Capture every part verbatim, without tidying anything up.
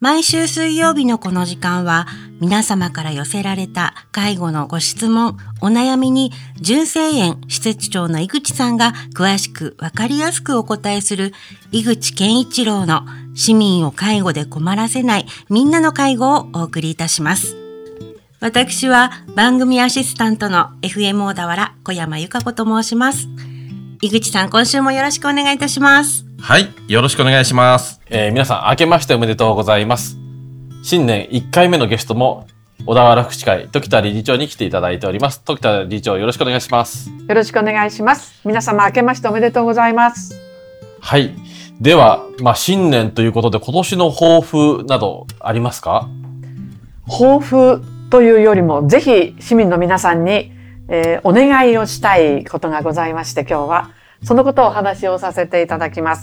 毎週水曜日のこの時間は皆様から寄せられた介護のご質問、お悩みに純正園施設長の井口さんが詳しくわかりやすくお答えする井口健一郎の市民を介護で困らせないみんなの介護をお送りいたします。私は番組アシスタントの エフエム 小田原小山由佳子と申します。井口さん、今週もよろしくお願いいたします。 はい、よろしくお願いします。えー、皆さん明けましておめでとうございます。新年いっかいめのゲストも小田原福祉会時田理事長に来ていただいております。時田理事長、よろしくお願いします。 よろしくお願いします。皆様明けましておめでとうございます。 はい、では、まあ、新年ということで今年の抱負などありますか？ 抱負というよりもぜひ市民の皆さんに、えー、お願いをしたいことがございまして、今日はそのことをお話をさせていただきます。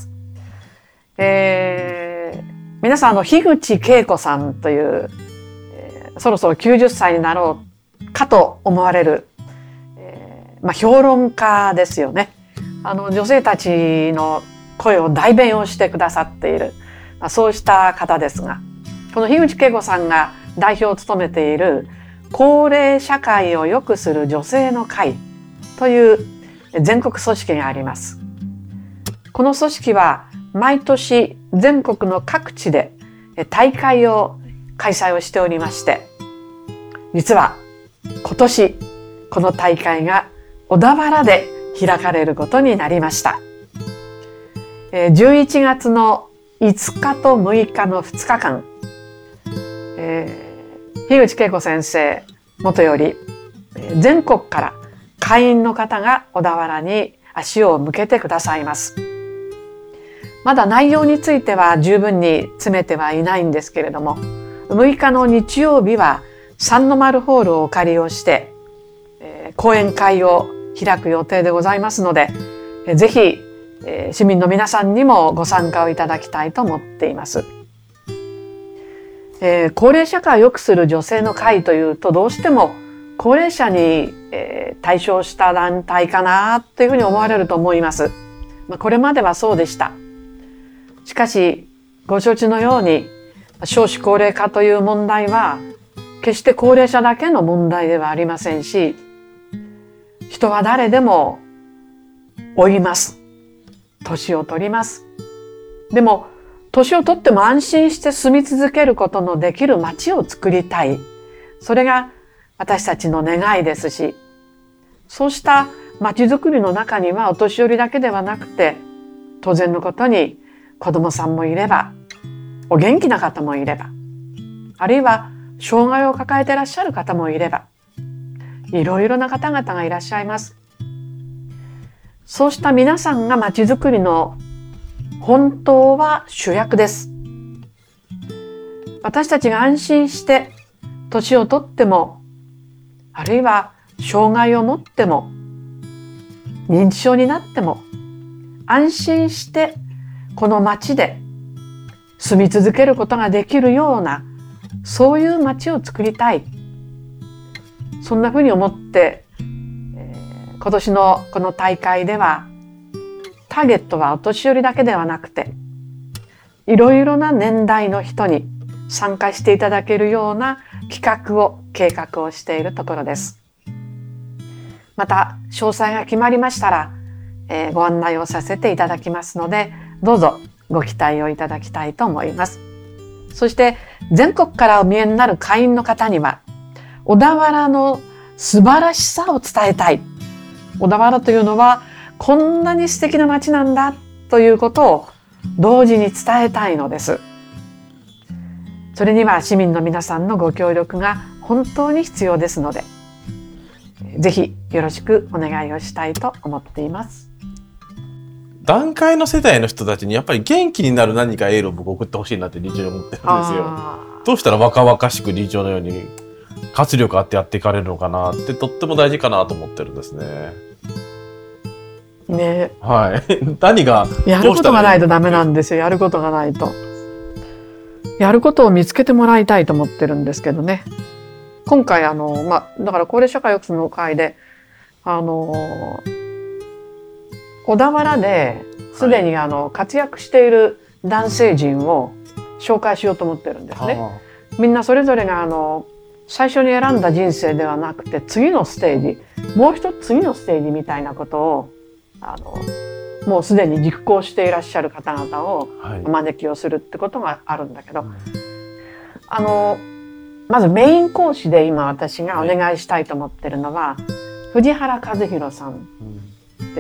えー、皆さんあの樋口恵子さんという、えー、そろそろきゅうじゅっさいになろうかと思われる、えーまあ、評論家ですよね。あの女性たちの声を代弁をしてくださっている、まあ、そうした方ですが、この樋口恵子さんが代表を務めている高齢社会を良くする女性の会という全国組織があります。この組織は毎年全国の各地で大会を開催をしておりまして、実は今年この大会が小田原で開かれることになりました。じゅういちがつのいつかとむいかのふつかかん、えー、樋口恵子先生元より全国から会員の方が小田原に足を向けてくださいます。まだ内容については十分に詰めてはいないんですけれども、むいかの日曜日は三の丸ホールをお借りをして、えー、講演会を開く予定でございますので、えー、ぜひ、えー、市民の皆さんにもご参加をいただきたいと思っています。えー、高齢社会を良くする女性の会というと、どうしても高齢者に、えー、対象した団体かなというふうに思われると思います。まあ、これまではそうでした。しかしご承知のように少子高齢化という問題は決して高齢者だけの問題ではありませんし、人は誰でも老います。年を取ります。でも年を取っても安心して住み続けることのできる街を作りたい。それが私たちの願いですし、そうした街づくりの中にはお年寄りだけではなくて、当然のことに子供さんもいれば、お元気な方もいれば、あるいは障害を抱えていらっしゃる方もいれば、いろいろな方々がいらっしゃいます。そうした皆さんが街づくりの本当は主役です。私たちが安心して年を取っても、あるいは障害を持っても、認知症になっても、安心してこの街で住み続けることができるような、そういう街を作りたい。そんなふうに思って、えー、今年のこの大会では、ターゲットはお年寄りだけではなくて、いろいろな年代の人に参加していただけるような企画を計画をしているところです。また詳細が決まりましたら、えー、ご案内をさせていただきますので、どうぞご期待をいただきたいと思います。そして全国からお見えになる会員の方には、小田原の素晴らしさを伝えたい。小田原というのはこんなに素敵な街なんだということを同時に伝えたいのです。それには市民の皆さんのご協力が本当に必要ですので、ぜひよろしくお願いをしたいと思っています。 団塊の世代の人たちにやっぱり元気になる何かエールを僕送ってほしいなって理事長に思ってるんですよ。どうしたら若々しく理事長のように活力あってやっていかれるのかなって、とっても大事かなと思ってるんですね。 ね、 はい。何がやることがないとダメなんですよ。やることがないと。やることを見つけてもらいたいと思ってるんですけどね。今回あの、まあ、だから高齢社会抑止の会で、あの、小田原ですでにあの活躍している男性陣を紹介しようと思ってるんですね。みんなそれぞれがあの最初に選んだ人生ではなくて次のステージ、もう一つ次のステージみたいなことをあのもうすでに実行していらっしゃる方々をお招きをするってことがあるんだけど、はい、あのまずメイン講師で今私がお願いしたいと思ってるのは、はい、藤原和弘さんって、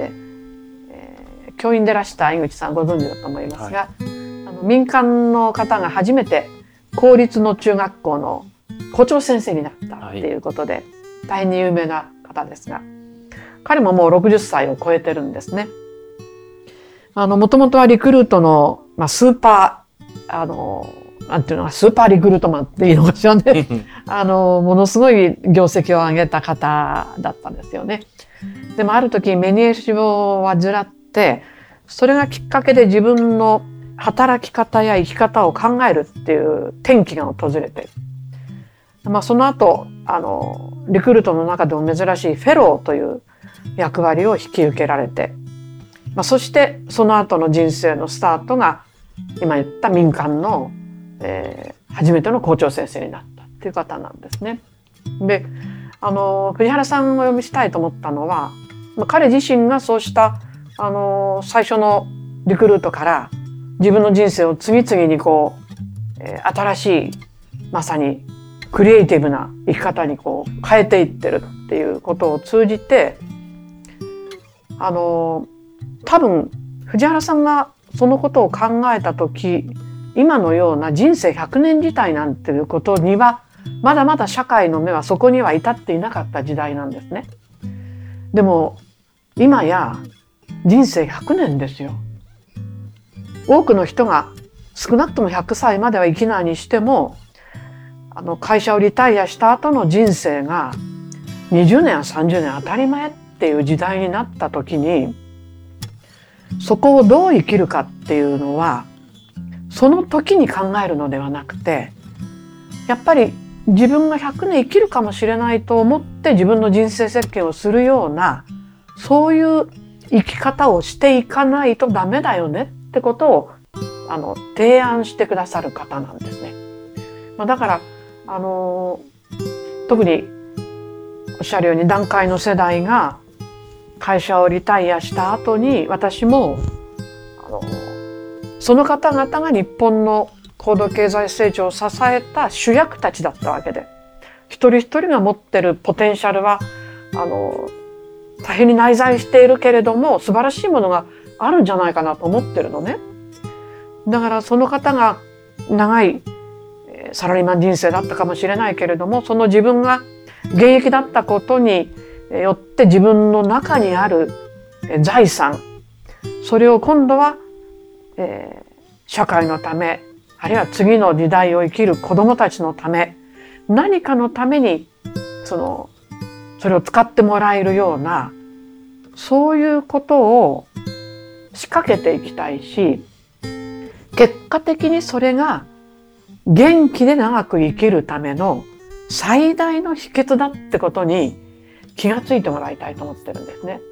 うんえー、教員でらした井口さんご存知だと思いますが、はい、あの民間の方が初めて公立の中学校の校長先生になったっていうことで、はい、大変に有名な方ですが、彼ももうろくじゅっさいを超えてるんですね。あの、もともとはリクルートの、まあ、スーパー、あの、なんていうのか、スーパーリクルートマンっていうのかしらね。あの、ものすごい業績を上げた方だったんですよね。でもある時、メニエール病を患って、それがきっかけで自分の働き方や生き方を考えるっていう転機が訪れて、まあ、その後、あの、リクルートの中でも珍しいフェローという役割を引き受けられて、まあ、そしてその後の人生のスタートが今言った民間の、えー、初めての校長先生になったっていう方なんですね。で、あの、藤原さんをお読みしたいと思ったのは、まあ、彼自身がそうした、あの、最初のリクルートから自分の人生を次々にこう、えー、新しい、まさにクリエイティブな生き方にこう変えていってるっていうことを通じて、あの、多分藤原さんがそのことを考えたとき、今のような人生ひゃくねん時代なんていうことにはまだまだ社会の目はそこには至っていなかった時代なんですね。でも今や人生ひゃくねんですよ。多くの人が少なくともひゃくさいまでは生きないにしても、あの会社をリタイアした後の人生がにじゅうねんやさんじゅうねん当たり前っていう時代になった時に、そこをどう生きるかっていうのはその時に考えるのではなくて、やっぱり自分がひゃくねん生きるかもしれないと思って自分の人生設計をするような、そういう生き方をしていかないとダメだよねってことをあの提案してくださる方なんですね。まあ、だからあの特におっしゃるように団塊の世代が会社をリタイアした後に、私もあのその方々が日本の高度経済成長を支えた主役たちだったわけで、一人一人が持ってるポテンシャルはあの大変に内在しているけれども素晴らしいものがあるんじゃないかなと思ってるのね。だからその方が長いサラリーマン人生だったかもしれないけれども、その自分が現役だったことによって自分の中にある財産、それを今度は、えー、社会のため、あるいは次の時代を生きる子どもたちのため、何かのためにそのそれを使ってもらえるような、そういうことを仕掛けていきたいし、結果的にそれが元気で長く生きるための最大の秘訣だってことに気がついてもらいたいと思ってるんですね。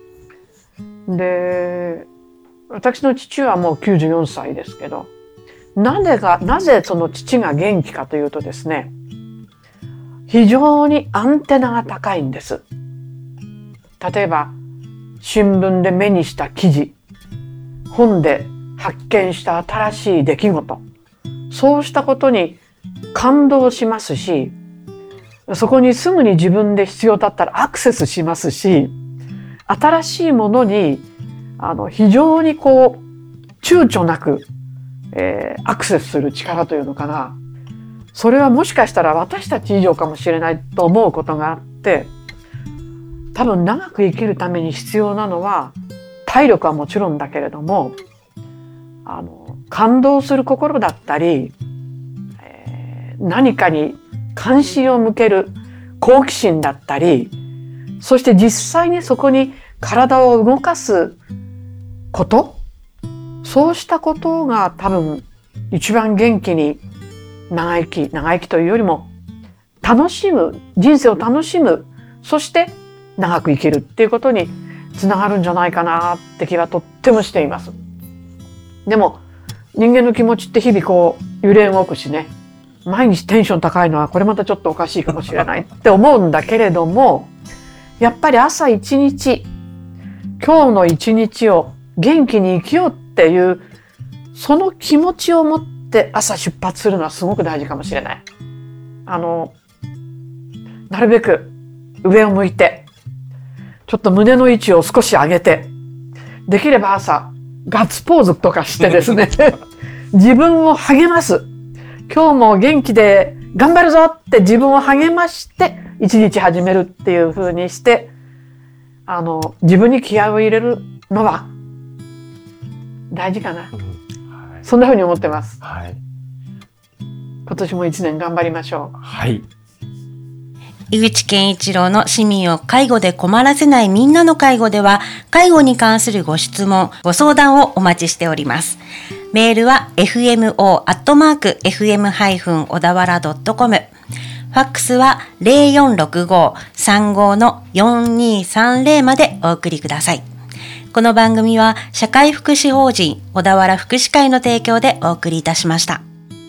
で、私の父はもうきゅうじゅうよんさいですけど、なぜか、なぜその父が元気かというとですね、非常にアンテナが高いんです。例えば、新聞で目にした記事、本で発見した新しい出来事、そうしたことに感動しますし、そこにすぐに自分で必要だったらアクセスしますし、新しいものにあの非常にこう躊躇なく、えー、アクセスする力というのかな。それはもしかしたら私たち以上かもしれないと思うことがあって、多分長く生きるために必要なのは体力はもちろんだけれども、あの感動する心だったり、えー、何かに関心を向ける好奇心だったり、そして実際にそこに体を動かすこと、そうしたことが多分一番元気に長生き、長生きというよりも楽しむ、人生を楽しむ、そして長く生きるっていうことにつながるんじゃないかなって気はとってもしています。でも人間の気持ちって日々こう揺れ動くしね、毎日テンション高いのはこれまたちょっとおかしいかもしれないって思うんだけれども、やっぱり朝一日、今日の一日を元気に生きようっていうその気持ちを持って朝出発するのはすごく大事かもしれない。あのなるべく上を向いて、ちょっと胸の位置を少し上げて、できれば朝ガッツポーズとかしてですね自分を励ます。今日も元気で頑張るぞって自分を励まして一日始めるっていう風にして、あの自分に気合を入れるのは大事かな、うんはい、そんな風に思ってます、はい、今年も一年頑張りましょう。 はい。 井口健一郎の市民を介護で困らせないみんなの介護では、介護に関するご質問、ご相談をお待ちしております。メールは エフエムオー アットマーク エフエム 小田原 ドットコム。ファックスは ゼロよんろくご さんご のよんにさんゼロまでお送りください。この番組は社会福祉法人小田原福祉会の提供でお送りいたしました。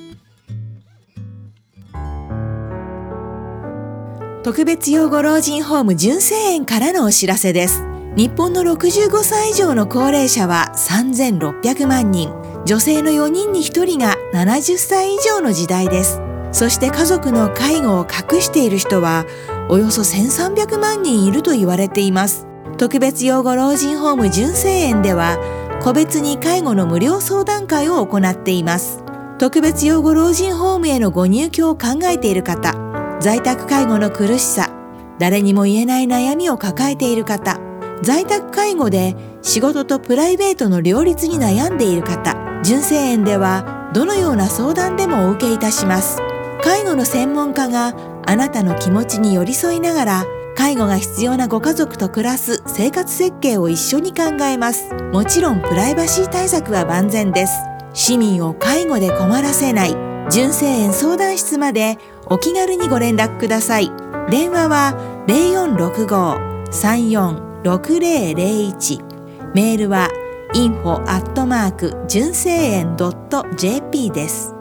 特別養護老人ホーム純正園からのお知らせです。日本のろくじゅうごさい以上の高齢者はさんぜんろっぴゃくまんにん、女性のよにんにひとりがななじゅっさい以上の時代です。そして家族の介護を隠している人はおよそせんさんびゃくまんにんいると言われています。特別養護老人ホーム純正園では個別に介護の無料相談会を行っています。特別養護老人ホームへのご入居を考えている方、在宅介護の苦しさ、誰にも言えない悩みを抱えている方、在宅介護で仕事とプライベートの両立に悩んでいる方、純正園ではどのような相談でもお受けいたします。介護の専門家があなたの気持ちに寄り添いながら、介護が必要なご家族と暮らす生活設計を一緒に考えます。もちろんプライバシー対策は万全です。市民を介護で困らせない純正園相談室までお気軽にご連絡ください。電話は ゼロよんろくご さんよんろくゼロゼロいち、メールは インフォ アットマーク 純正園 ドット ジェーピー です。